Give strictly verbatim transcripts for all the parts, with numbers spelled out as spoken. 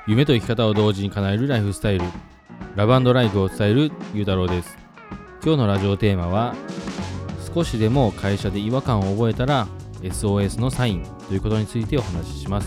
夢と生き方を同時に叶えるライフスタイル、ラブ&ライフを伝えるゆうたろうです。今日のラジオテーマは、少しでも会社で違和感を覚えたら エスオーエス のサインということについてお話しします。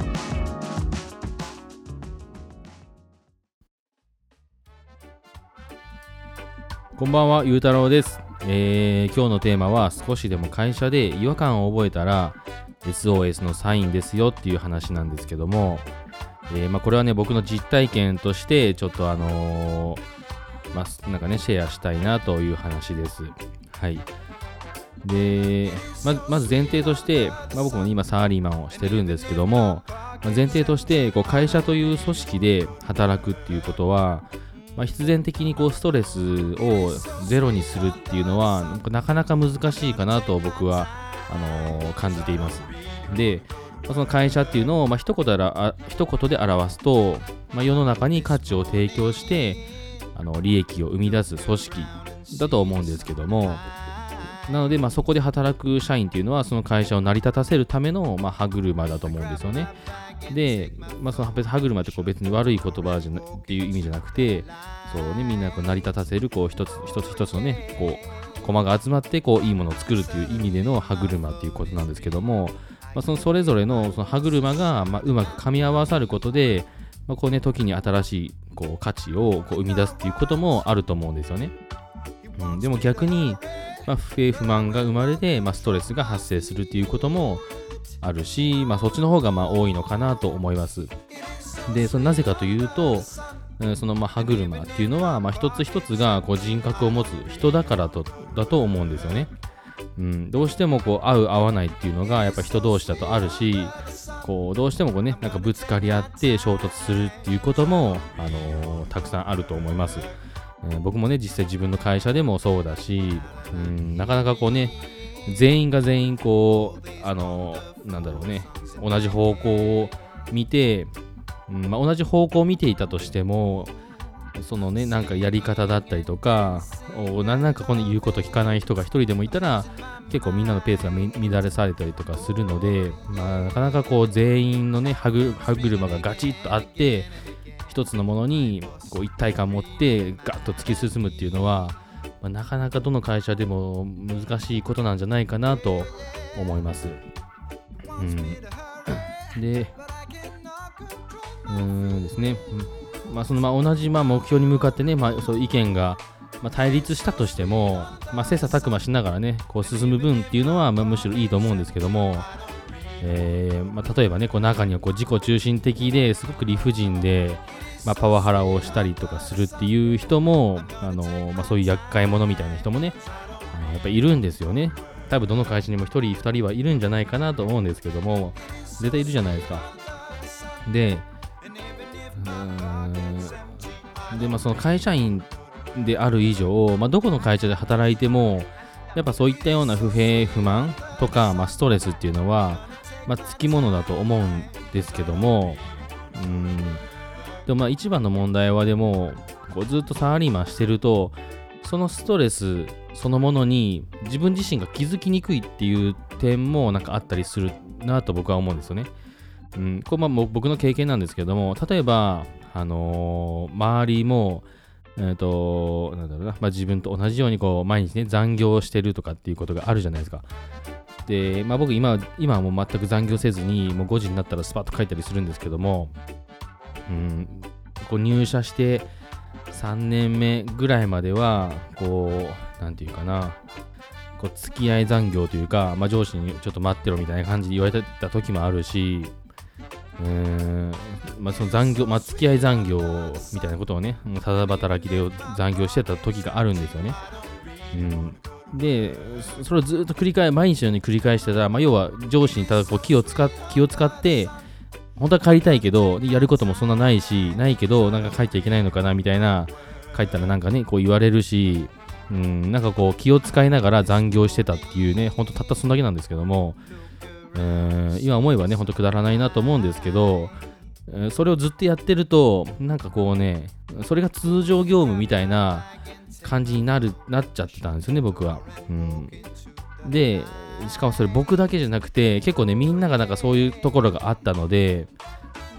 こんばんは、ゆうたろうです。えー、今日のテーマは、少しでも会社で違和感を覚えたら エスオーエス のサインですよっていう話なんですけども、えーまあ、これはね、僕の実体験としてちょっとあのー、まあ、なんかねシェアしたいなという話です。はい。で、まず、まず前提として、まあ、僕も、ね、今サラリーマンをしてるんですけども、まあ、前提としてこう会社という組織で働くっていうことは、まあ、必然的にこうストレスをゼロにするっていうのはなかなか難しいかなと僕はあのー、感じています。で、まあ、その会社っていうのを、まあ、一言であ一言で表すと、まあ、世の中に価値を提供してあの利益を生み出す組織だと思うんですけども、なので、まあ、そこで働く社員っていうのはその会社を成り立たせるための、まあ、歯車だと思うんですよね。で、まあ、その歯車ってこう別に悪い言葉じゃなっていう意味じゃなくて、そうね、みんなこう成り立たせるこう一つ一つ一つのねこう駒が集まってこういいものを作るっていう意味での歯車っていうことなんですけども、まあ、そのそれぞれ の, その歯車が、まあ、うまく噛み合わさることで、まあこうね、時に新しいこう価値をこう生み出すっていうこともあると思うんですよね。うん、でも逆に、まあ、不平不満が生まれて、まあ、ストレスが発生するっていうこともあるし、まあ、そっちの方がまあ多いのかなと思います。で、そのなぜかというと、そのまあ歯車っていうのは、まあ、一つ一つがこう人格を持つ人だからとだと思うんですよね。うん、どうしてもこう合う合わないっていうのがやっぱ人同士だとあるし、こうどうしてもこうねなんかぶつかり合って衝突するっていうことも、あのー、たくさんあると思います。えー、僕もね実際自分の会社でもそうだし、うん、なかなかこうね全員が全員こうあのー、なんだろうね同じ方向を見て、うんまあ、同じ方向を見ていたとしても、そのねなんかやり方だったりとかおななんかこの言うこと聞かない人が一人でもいたら結構みんなのペースが乱れされたりとかするので、まあ、なかなかこう全員のね歯車がガチッとあって一つのものにこう一体感を持ってガッと突き進むっていうのは、まあ、なかなかどの会社でも難しいことなんじゃないかなと思います。うん、でうーんですね、まあそのまあ同じまあ目標に向かってね、まあ、そう意見がまあ対立したとしても、まあ、切磋琢磨しながらねこう進む分っていうのはまあむしろいいと思うんですけども、えーまあ、例えばねこう中にはこう自己中心的ですごく理不尽で、まあ、パワハラをしたりとかするっていう人も、あのーまあ、そういう厄介者みたいな人もねあのやっぱいるんですよね。多分どの会社にもひとりふたりはいるんじゃないかなと思うんですけども、絶対いるじゃないですか。でうーんで、まあ、その会社員である以上、まあ、どこの会社で働いてもやっぱそういったような不平不満とか、まあ、ストレスっていうのは、まあ、つきものだと思うんですけども、うーんでもまあ一番の問題はでもこうずっとサラリーマンしてるとそのストレスそのものに自分自身が気づきにくいっていう点もなんかあったりするなと僕は思うんですよね。うん、これまあ僕の経験なんですけども、例えば、あのー、周りも、えーとなんだろうなまあ、自分と同じようにこう毎日ね残業してるとかっていうことがあるじゃないですか。で、まあ、僕今今はもう全く残業せずにもうごじになったらスパッと書いたりするんですけども、うん、こう入社してさんねんめぐらいまではこうなんていうかなこう付き合い残業というか、まあ、上司にちょっと待ってろみたいな感じで言われてた時もあるし、うーんまあ、その残業、まあ、付き合い残業みたいなことをね、ただ働きで残業してた時があるんですよね。うん、で、それをずっと繰り返、毎日のように繰り返してたら、まあ、要は上司にただこう気を使っ、気を使って、本当は帰りたいけど、やることもそんなないし、ないけど、なんか帰っちゃいけないのかなみたいな、帰ったらなんかね、こう言われるし、うん、なんかこう気を使いながら残業してたっていうね、本当たったそんだけなんですけども、今思えばね、ほんとくだらないなと思うんですけど、それをずっとやってると、なんかこうね、それが通常業務みたいな感じになる、なっちゃってたんですよね、僕は。うん、で、しかもそれ僕だけじゃなくて、結構ね、みんながなんかそういうところがあったので、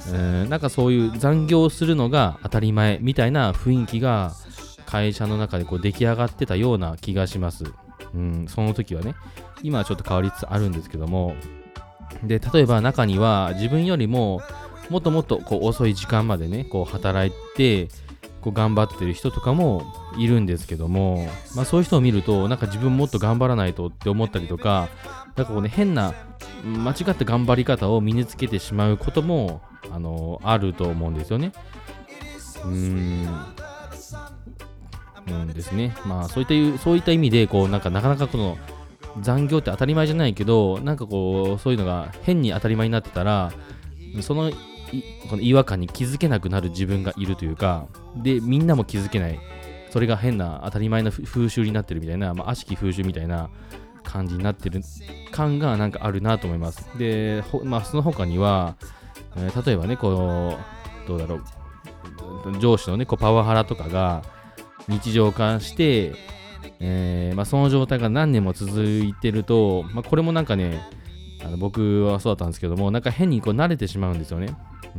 えー、なんかそういう残業するのが当たり前みたいな雰囲気が会社の中でこう出来上がってたような気がします。うん、その時はね。今はちょっと変わりつつあるんですけども、で例えば中には自分よりももっともっとこう遅い時間までねこう働いてこう頑張ってる人とかもいるんですけども、まあ、そういう人を見るとなんか自分もっと頑張らないとって思ったりとか、なんかこうね変な間違った頑張り方を身につけてしまうこともあのあると思うんですよね。うーんうんですね。まあそういったいうそういった意味でこうなんかなかなかこの残業って当たり前じゃないけど、なんかこうそういうのが変に当たり前になってたら、そのこの違和感に気づけなくなる自分がいるというか、でみんなも気づけない、それが変な当たり前の風習になってるみたいな、まあ、悪しき風習みたいな感じになってる感がなんかあるなと思います。で、まあ、その他には、えー、例えばねこうどうだろう、上司のねこうパワハラとかが日常化して、えーまあ、その状態が何年も続いてると、まあ、これもなんかねあの僕はそうだったんですけども、なんか変にこう慣れてしまうんですよね。うん。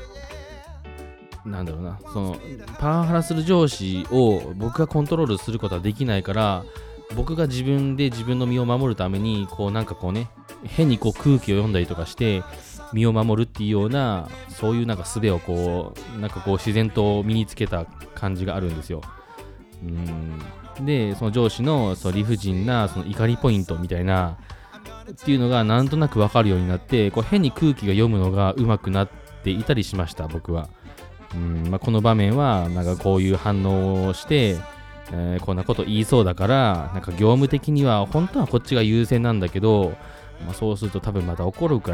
なんだろうな、そのパワハラする上司を僕がコントロールすることはできないから、僕が自分で自分の身を守るためにこうなんかこうね変にこう空気を読んだりとかして身を守るっていうような、そういうなんか術をこうなんかこう自然と身につけた感じがあるんですよ。うん。でその上司のその理不尽なその怒りポイントみたいなっていうのがなんとなく分かるようになって、こう変に空気が読むのが上手くなっていたりしました、僕は。うんまあ、この場面はなんかこういう反応をして、えー、こんなこと言いそうだから、なんか業務的には本当はこっちが優先なんだけど、まあ、そうすると多分また怒るから、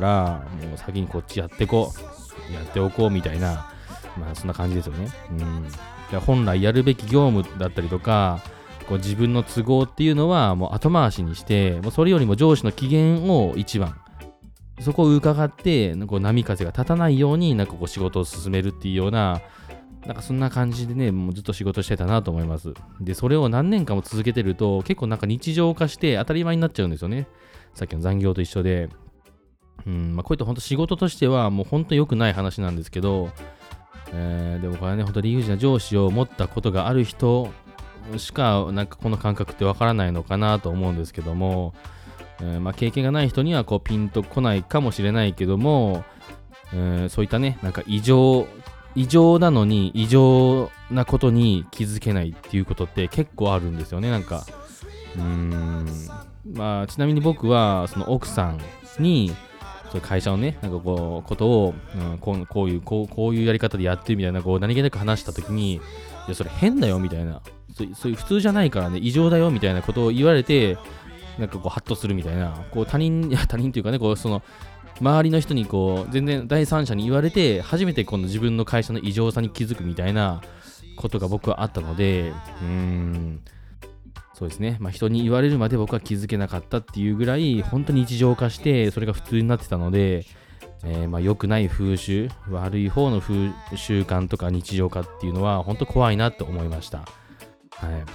もう先にこっちやってこう、やっておこうみたいな、まあそんな感じですよね。うん、で本来やるべき業務だったりとか、こう自分の都合っていうのはもう後回しにして、もうそれよりも上司の機嫌を一番、そこを伺ってこう波風が立たないようになんかこう仕事を進めるっていうような、なんかそんな感じでねもうずっと仕事してたなと思います。でそれを何年間も続けてると結構なんか日常化して当たり前になっちゃうんですよね。さっきの残業と一緒で、うんまあ、こういった本当仕事としてはもう本当良くない話なんですけど、えー、でもこれはね本当理不尽な上司を持ったことがある人しかなんかこの感覚ってわからないのかなと思うんですけども、えーまあ、経験がない人にはこうピンとこないかもしれないけども、えー、そういったねなんか異常異常なのに異常なことに気づけないっていうことって結構あるんですよね。なんかうーんまあちなみに僕はその奥さんにそう会社のねなんかこうことを、うん、こうこういうこうこういうやり方でやってるみたいなこう何気なく話したときに、いやそれ変だよみたいな、そうそういう普通じゃないからね異常だよみたいなことを言われて、なんかこうハッとするみたいな、こう他人いや他人というかねこうその周りの人にこう全然第三者に言われて初めてこの自分の会社の異常さに気づくみたいなことが僕はあったので、うーんそうですね、まあ、人に言われるまで僕は気づけなかったっていうぐらい本当に日常化してそれが普通になってたので、えー、まあ良くない風習、悪い方の風習慣とか日常化っていうのは本当怖いなと思いました。はい。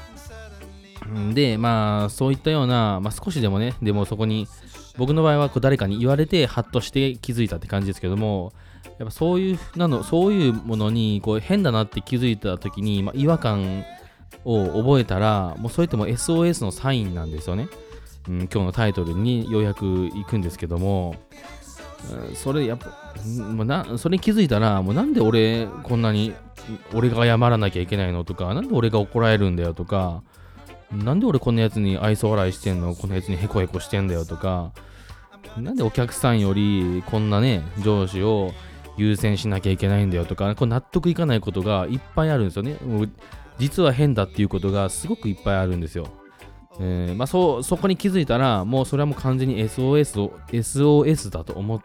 でまあそういったような、まあ、少しでもねでもそこに僕の場合はこう誰かに言われてハッとして気づいたって感じですけども、やっぱそういうなのそういうものにこう変だなって気づいた時に、まあ、違和感を覚えたらもうそれっても エスオーエス のサインなんですよね。うん、今日のタイトルにようやく行くんですけども、うん、それやっぱもうなそれに気づいたらもうなんで俺こんなに俺が謝らなきゃいけないのとか、なんで俺が怒られるんだよとか、なんで俺こんなやつに愛想笑いしてんの、こんなやつにヘコヘコしてんだよとか、なんでお客さんよりこんなね上司を優先しなきゃいけないんだよとか、こう納得いかないことがいっぱいあるんですよね。もう実は変だっていうことがすごくいっぱいあるんですよ。えー、まあそそこに気づいたらもうそれはもう完全に エスオーエス を エスオーエス だと思って、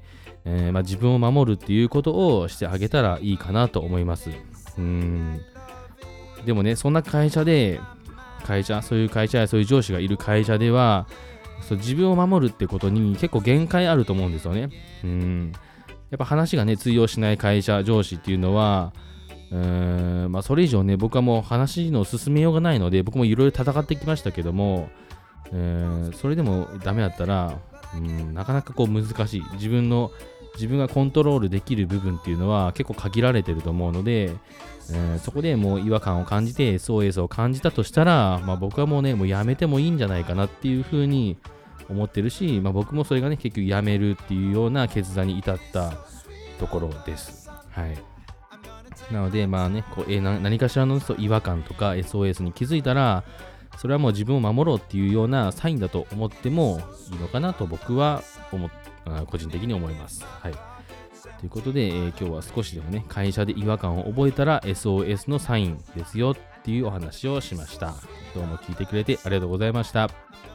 えーまあ、自分を守るっていうことをしてあげたらいいかなと思います。うーんでもねそんな会社で会社そういう会社やそういう上司がいる会社ではそう自分を守るってことに結構限界あると思うんですよね。うんやっぱ話がね通用しない会社上司っていうのはうーんまあそれ以上ね僕はもう話の進めようがないので、僕もいろいろ戦ってきましたけども、えーそれでもダメだったらうんなかなかこう難しい、自分の自分がコントロールできる部分っていうのは結構限られてると思うので、えーそこでもう違和感を感じて エスオーエス を感じたとしたら、まあ、僕はもうねもうやめてもいいんじゃないかなっていうふうに思ってるし、まあ、僕もそれがね結局やめるっていうような決断に至ったところです。はい。なのでまあねこう、えーな何かしらのそう違和感とか エスオーエス に気づいたら、それはもう自分を守ろうっていうようなサインだと思ってもいいのかなと僕は思っあ個人的に思います。はい。ということで、えー今日は少しでもね会社で違和感を覚えたら エスオーエス のサインですよっていうお話をしました。どうも聞いてくれてありがとうございました。